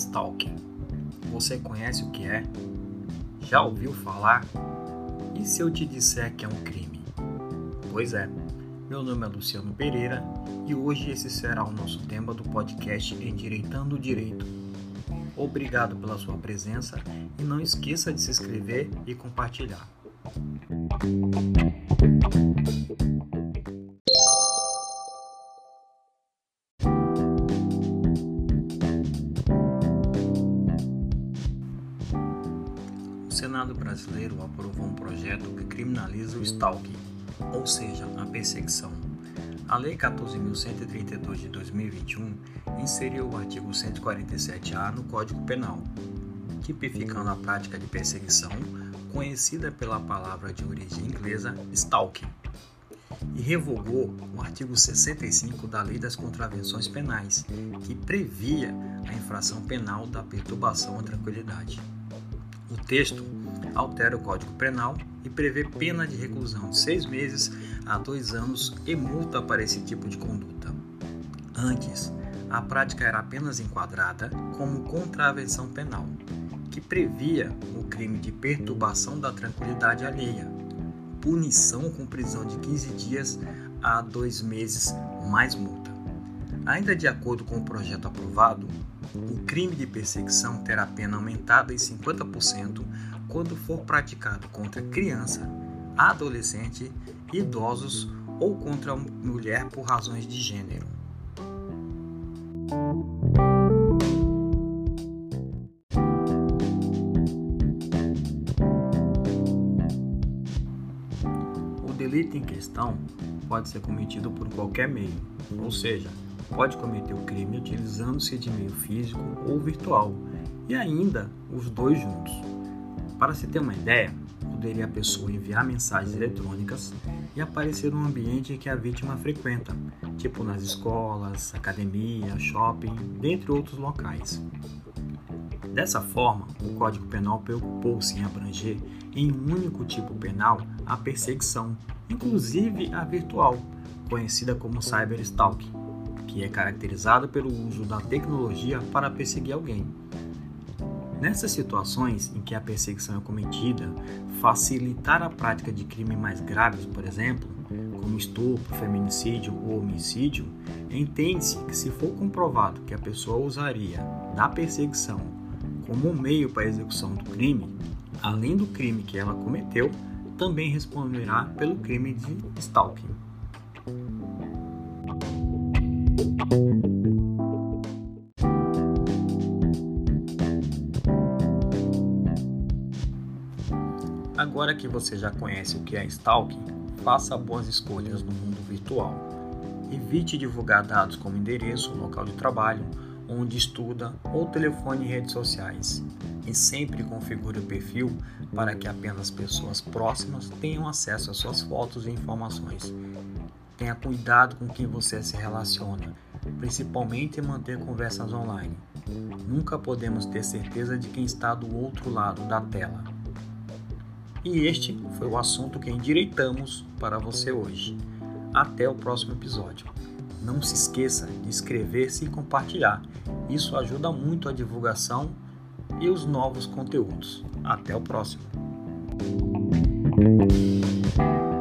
Stalking. Você conhece o que é? Já ouviu falar? E se eu te disser que é um crime? Pois é, meu nome é Luciano Pereira e hoje esse será o nosso tema do podcast Endireitando o Direito. Obrigado pela sua presença e não esqueça de se inscrever e compartilhar. O Senado brasileiro aprovou um projeto que criminaliza o stalking, ou seja, a perseguição. A Lei 14.132 de 2021 inseriu o artigo 147-A no Código Penal, tipificando a prática de perseguição conhecida pela palavra de origem inglesa stalking, e revogou o artigo 65 da Lei das Contravenções Penais, que previa a infração penal da perturbação à tranquilidade. O texto altera o Código Penal e prevê pena de reclusão de 6 meses a 2 anos e multa para esse tipo de conduta. Antes, a prática era apenas enquadrada como contravenção penal, que previa o crime de perturbação da tranquilidade alheia, punição com prisão de 15 dias a 2 meses mais multa. Ainda de acordo com o projeto aprovado, o crime de perseguição terá pena aumentada em 50% quando for praticado contra criança, adolescente, idosos ou contra mulher por razões de gênero. O delito em questão pode ser cometido por qualquer meio, ou seja, pode cometer o crime utilizando-se de meio físico ou virtual, e ainda os dois juntos. Para se ter uma ideia, poderia a pessoa enviar mensagens eletrônicas e aparecer num ambiente que a vítima frequenta, tipo nas escolas, academia, shopping, dentre outros locais. Dessa forma, o Código Penal preocupou-se em abranger em um único tipo penal a perseguição, inclusive a virtual, conhecida como cyberstalking, que é caracterizada pelo uso da tecnologia para perseguir alguém. Nessas situações em que a perseguição é cometida, facilitar a prática de crimes mais graves, por exemplo, como estupro, feminicídio ou homicídio, entende-se que se for comprovado que a pessoa usaria da perseguição como um meio para a execução do crime, além do crime que ela cometeu, também responderá pelo crime de stalking. Agora que você já conhece o que é stalking, faça boas escolhas no mundo virtual. Evite divulgar dados como endereço, local de trabalho, onde estuda ou telefone em redes sociais. E sempre configure o perfil para que apenas pessoas próximas tenham acesso às suas fotos e informações. Tenha cuidado com quem você se relaciona, principalmente em manter conversas online. Nunca podemos ter certeza de quem está do outro lado da tela. E este foi o assunto que endireitamos para você hoje. Até o próximo episódio. Não se esqueça de inscrever-se e compartilhar. Isso ajuda muito a divulgação e os novos conteúdos. Até o próximo.